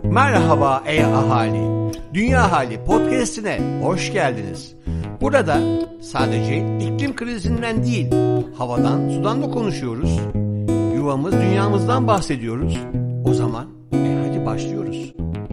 Merhaba ey ahali, Dünya Hali Podcast'ine hoş geldiniz. Burada sadece iklim krizinden değil, havadan, sudan da konuşuyoruz. Yuvamız, dünyamızdan bahsediyoruz. O zaman hadi başlıyoruz.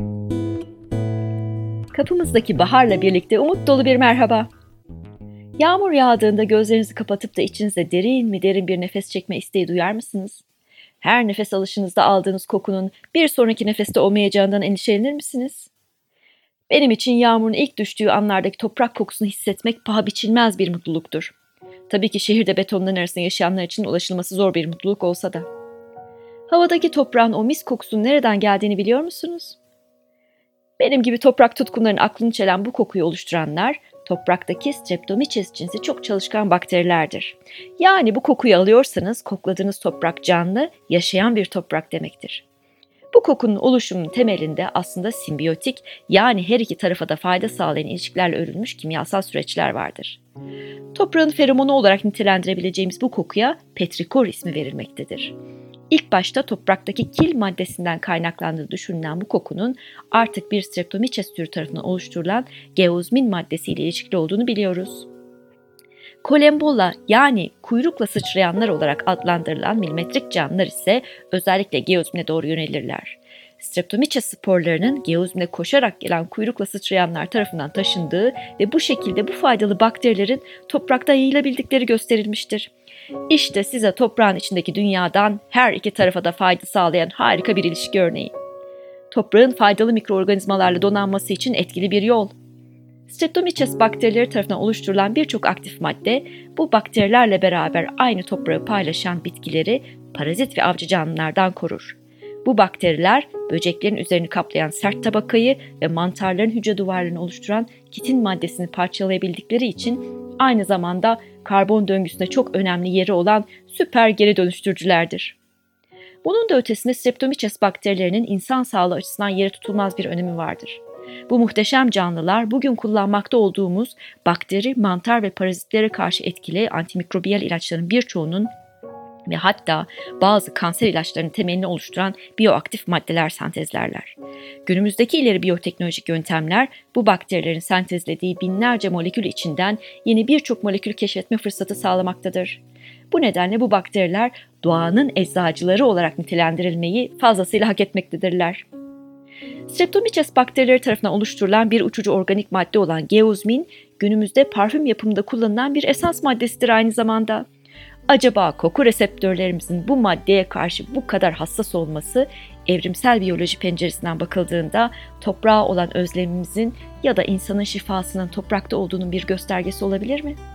Kapımızdaki baharla birlikte umut dolu bir merhaba. Yağmur yağdığında gözlerinizi kapatıp da içinizde derin bir nefes çekme isteği duyar mısınız? Her nefes alışınızda aldığınız kokunun bir sonraki nefeste olmayacağından endişelenir misiniz? Benim için yağmurun ilk düştüğü anlardaki toprak kokusunu hissetmek paha biçilmez bir mutluluktur. Tabii ki şehirde betonların arasında yaşayanlar için ulaşılması zor bir mutluluk olsa da. Havadaki toprağın o mis kokusunun nereden geldiğini biliyor musunuz? Benim gibi toprak tutkunlarının aklını çelen bu kokuyu oluşturanlar, topraktaki Streptomyces cinsi çok çalışkan bakterilerdir. Yani bu kokuyu alıyorsanız kokladığınız toprak canlı, yaşayan bir toprak demektir. Bu kokunun oluşumunun temelinde aslında simbiyotik, yani her iki tarafa da fayda sağlayan ilişkilerle örülmüş kimyasal süreçler vardır. Toprağın feromonu olarak nitelendirebileceğimiz bu kokuya petrikor ismi verilmektedir. İlk başta topraktaki kil maddesinden kaynaklandığı düşünülen bu kokunun artık bir Streptomyces türü tarafından oluşturulan geozmin maddesiyle ilişkili olduğunu biliyoruz. Kolembola yani kuyrukla sıçrayanlar olarak adlandırılan milimetrik canlılar ise özellikle geozmine doğru yönelirler. Streptomyces sporlarının geozmine koşarak gelen kuyrukla sıçrayanlar tarafından taşındığı ve bu şekilde bu faydalı bakterilerin toprakta yayılabildikleri gösterilmiştir. İşte size toprağın içindeki dünyadan her iki tarafa da fayda sağlayan harika bir ilişki örneği. Toprağın faydalı mikroorganizmalarla donanması için etkili bir yol. Streptomyces bakterileri tarafından oluşturulan birçok aktif madde, bu bakterilerle beraber aynı toprağı paylaşan bitkileri parazit ve avcı canlılardan korur. Bu bakteriler, böceklerin üzerini kaplayan sert tabakayı ve mantarların hücre duvarlarını oluşturan kitin maddesini parçalayabildikleri için aynı zamanda karbon döngüsünde çok önemli yeri olan süper geri dönüştürücülerdir. Bunun da ötesinde Streptomyces bakterilerinin insan sağlığı açısından yeri tutulmaz bir önemi vardır. Bu muhteşem canlılar bugün kullanmakta olduğumuz bakteri, mantar ve parazitlere karşı etkili antimikrobiyal ilaçların birçoğunun ve hatta bazı kanser ilaçlarının temelini oluşturan biyoaktif maddeler sentezlerler. Günümüzdeki ileri biyoteknolojik yöntemler bu bakterilerin sentezlediği binlerce molekül içinden yeni birçok molekül keşfetme fırsatı sağlamaktadır. Bu nedenle bu bakteriler doğanın eczacıları olarak nitelendirilmeyi fazlasıyla hak etmektedirler. Streptomyces bakterileri tarafından oluşturulan bir uçucu organik madde olan geozmin, günümüzde parfüm yapımında kullanılan bir esans maddesidir aynı zamanda. Acaba koku reseptörlerimizin bu maddeye karşı bu kadar hassas olması, evrimsel biyoloji penceresinden bakıldığında toprağa olan özlemimizin ya da insanın şifasının toprakta olduğunun bir göstergesi olabilir mi?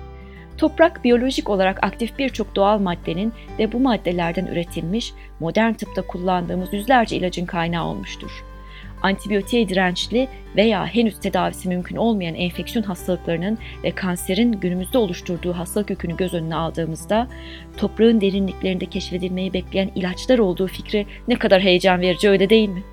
Toprak, biyolojik olarak aktif birçok doğal maddenin ve bu maddelerden üretilmiş, modern tıpta kullandığımız yüzlerce ilacın kaynağı olmuştur. Antibiyotiğe dirençli veya henüz tedavisi mümkün olmayan enfeksiyon hastalıklarının ve kanserin günümüzde oluşturduğu hastalık yükünü göz önüne aldığımızda toprağın derinliklerinde keşfedilmeyi bekleyen ilaçlar olduğu fikri ne kadar heyecan verici, öyle değil mi?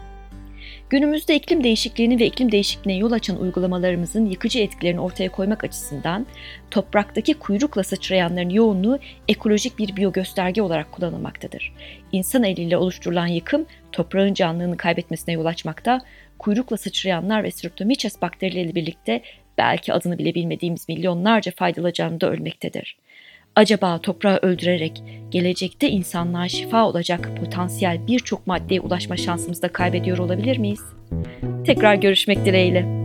Günümüzde iklim değişikliğini ve iklim değişikliğine yol açan uygulamalarımızın yıkıcı etkilerini ortaya koymak açısından topraktaki kuyrukla sıçrayanların yoğunluğu ekolojik bir biyogösterge olarak kullanılmaktadır. İnsan eliyle oluşturulan yıkım toprağın canlılığını kaybetmesine yol açmakta, kuyrukla sıçrayanlar ve Streptomyces bakterileriyle birlikte belki adını bile bilmediğimiz milyonlarca faydalı canlı da ölmektedir. Acaba toprağı öldürerek gelecekte insanlığa şifa olacak potansiyel birçok maddeye ulaşma şansımızı da kaybediyor olabilir miyiz? Tekrar görüşmek dileğiyle.